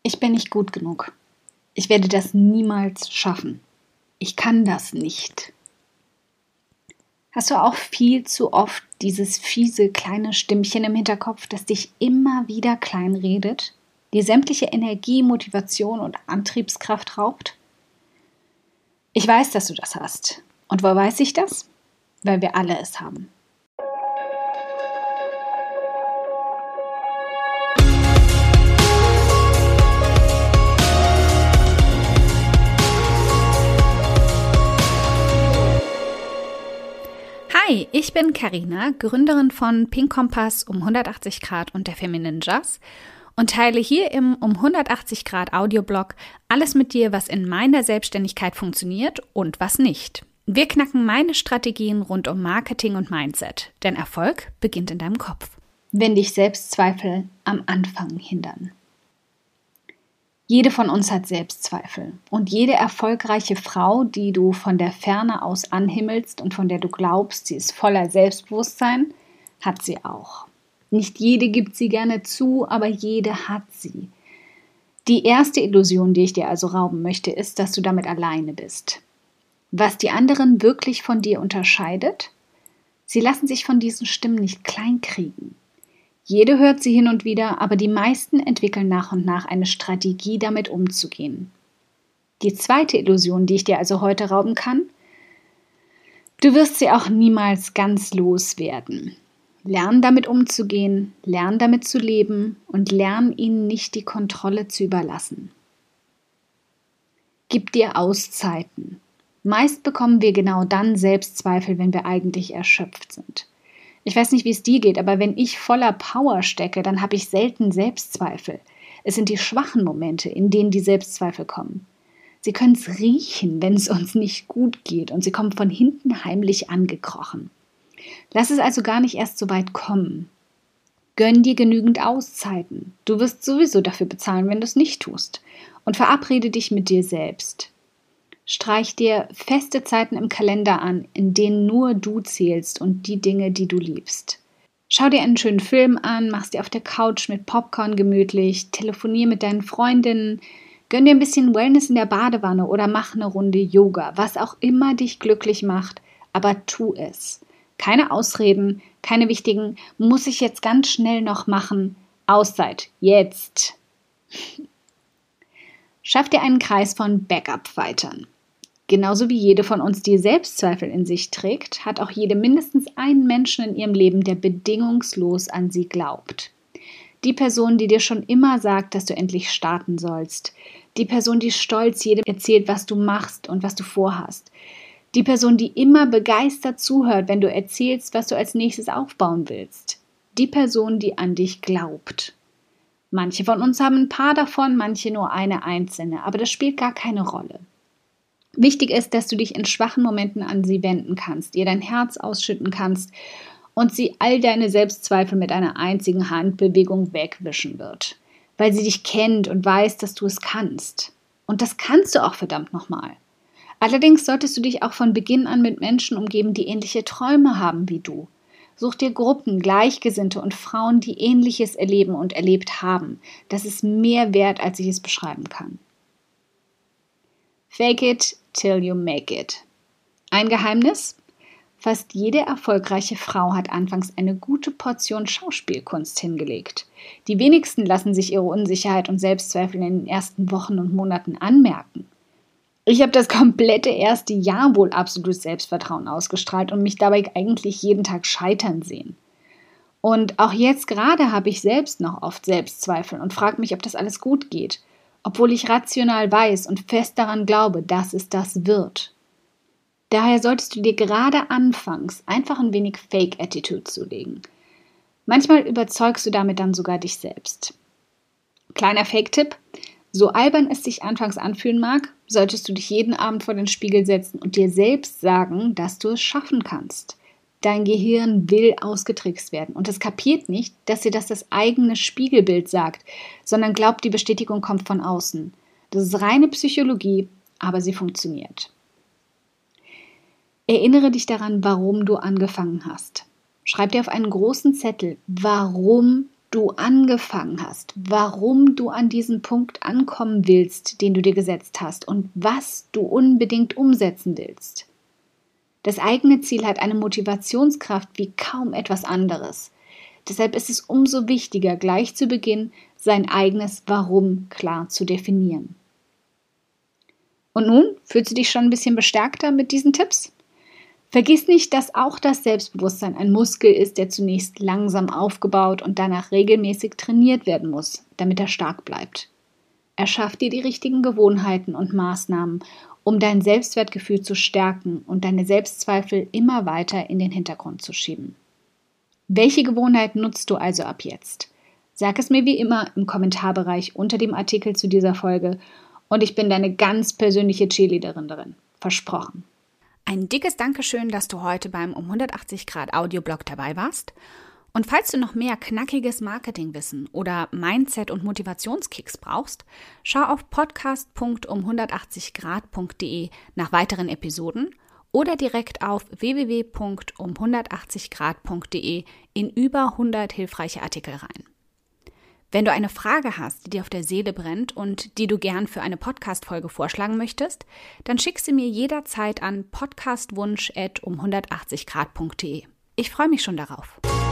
Ich bin nicht gut genug. Ich werde das niemals schaffen. Ich kann das nicht. Hast du auch viel zu oft dieses fiese kleine Stimmchen im Hinterkopf, das dich immer wieder kleinredet, dir sämtliche Energie, Motivation und Antriebskraft raubt? Ich weiß, dass du das hast. Und woher weiß ich das? Weil wir alle es haben. Hi, ich bin Carina, Gründerin von Pink Kompass um 180 Grad und der Feminine Jazz und teile hier im um 180 Grad Audioblog alles mit dir, was in meiner Selbstständigkeit funktioniert und was nicht. Wir knacken meine Strategien rund um Marketing und Mindset, denn Erfolg beginnt in deinem Kopf. Wenn dich Selbstzweifel am Anfang hindern. Jede von uns hat Selbstzweifel und jede erfolgreiche Frau, die du von der Ferne aus anhimmelst und von der du glaubst, sie ist voller Selbstbewusstsein, hat sie auch. Nicht jede gibt sie gerne zu, aber jede hat sie. Die erste Illusion, die ich dir also rauben möchte, ist, dass du damit alleine bist. Was die anderen wirklich von dir unterscheidet? Sie lassen sich von diesen Stimmen nicht kleinkriegen. Jede hört sie hin und wieder, aber die meisten entwickeln nach und nach eine Strategie, damit umzugehen. Die zweite Illusion, die ich dir also heute rauben kann: Du wirst sie auch niemals ganz loswerden. Lern damit umzugehen, lern damit zu leben und lern ihnen nicht die Kontrolle zu überlassen. Gib dir Auszeiten. Meist bekommen wir genau dann Selbstzweifel, wenn wir eigentlich erschöpft sind. Ich weiß nicht, wie es dir geht, aber wenn ich voller Power stecke, dann habe ich selten Selbstzweifel. Es sind die schwachen Momente, in denen die Selbstzweifel kommen. Sie können es riechen, wenn es uns nicht gut geht, und sie kommen von hinten heimlich angekrochen. Lass es also gar nicht erst so weit kommen. Gönn dir genügend Auszeiten. Du wirst sowieso dafür bezahlen, wenn du es nicht tust. Und verabrede dich mit dir selbst. Streich dir feste Zeiten im Kalender an, in denen nur du zählst und die Dinge, die du liebst. Schau dir einen schönen Film an, mach's dir auf der Couch mit Popcorn gemütlich, telefonier mit deinen Freundinnen, gönn dir ein bisschen Wellness in der Badewanne oder mach eine Runde Yoga, was auch immer dich glücklich macht, aber tu es. Keine Ausreden, keine wichtigen, muss ich jetzt ganz schnell noch machen. Auszeit, jetzt. Schaff dir einen Kreis von Backup-Fightern. Genauso wie jede von uns die Selbstzweifel in sich trägt, hat auch jede mindestens einen Menschen in ihrem Leben, der bedingungslos an sie glaubt. Die Person, die dir schon immer sagt, dass du endlich starten sollst. Die Person, die stolz jedem erzählt, was du machst und was du vorhast. Die Person, die immer begeistert zuhört, wenn du erzählst, was du als nächstes aufbauen willst. Die Person, die an dich glaubt. Manche von uns haben ein paar davon, manche nur eine einzelne, aber das spielt gar keine Rolle. Wichtig ist, dass du dich in schwachen Momenten an sie wenden kannst, ihr dein Herz ausschütten kannst und sie all deine Selbstzweifel mit einer einzigen Handbewegung wegwischen wird, weil sie dich kennt und weiß, dass du es kannst. Und das kannst du auch verdammt nochmal. Allerdings solltest du dich auch von Beginn an mit Menschen umgeben, die ähnliche Träume haben wie du. Such dir Gruppen, Gleichgesinnte und Frauen, die Ähnliches erleben und erlebt haben. Das ist mehr wert, als ich es beschreiben kann. Fake it till you make it. Ein Geheimnis? Fast jede erfolgreiche Frau hat anfangs eine gute Portion Schauspielkunst hingelegt. Die wenigsten lassen sich ihre Unsicherheit und Selbstzweifel in den ersten Wochen und Monaten anmerken. Ich habe das komplette erste Jahr wohl absolutes Selbstvertrauen ausgestrahlt und mich dabei eigentlich jeden Tag scheitern sehen. Und auch jetzt gerade habe ich selbst noch oft Selbstzweifel und frage mich, ob das alles gut geht, obwohl ich rational weiß und fest daran glaube, dass es das wird. Daher solltest du dir gerade anfangs einfach ein wenig Fake-Attitude zulegen. Manchmal überzeugst du damit dann sogar dich selbst. Kleiner Fake-Tipp: So albern es sich anfangs anfühlen mag, solltest du dich jeden Abend vor den Spiegel setzen und dir selbst sagen, dass du es schaffen kannst. Dein Gehirn will ausgetrickst werden und es kapiert nicht, dass dir das eigene Spiegelbild sagt, sondern glaubt, die Bestätigung kommt von außen. Das ist reine Psychologie, aber sie funktioniert. Erinnere dich daran, warum du angefangen hast. Schreib dir auf einen großen Zettel, warum du angefangen hast, warum du an diesen Punkt ankommen willst, den du dir gesetzt hast und was du unbedingt umsetzen willst. Das eigene Ziel hat eine Motivationskraft wie kaum etwas anderes. Deshalb ist es umso wichtiger, gleich zu Beginn sein eigenes Warum klar zu definieren. Und nun, fühlst du dich schon ein bisschen bestärkter mit diesen Tipps? Vergiss nicht, dass auch das Selbstbewusstsein ein Muskel ist, der zunächst langsam aufgebaut und danach regelmäßig trainiert werden muss, damit er stark bleibt. Erschaff dir die richtigen Gewohnheiten und Maßnahmen, um dein Selbstwertgefühl zu stärken und deine Selbstzweifel immer weiter in den Hintergrund zu schieben. Welche Gewohnheiten nutzt du also ab jetzt? Sag es mir wie immer im Kommentarbereich unter dem Artikel zu dieser Folge und ich bin deine ganz persönliche Cheerleaderin darin. Versprochen. Ein dickes Dankeschön, dass du heute beim 180 Grad Audioblog dabei warst. Und falls du noch mehr knackiges Marketingwissen oder Mindset- und Motivationskicks brauchst, schau auf podcast.um180grad.de nach weiteren Episoden oder direkt auf www.um180grad.de in über 100 hilfreiche Artikel rein. Wenn du eine Frage hast, die dir auf der Seele brennt und die du gern für eine Podcast-Folge vorschlagen möchtest, dann schick sie mir jederzeit an podcastwunsch@um180grad.de. Ich freue mich schon darauf.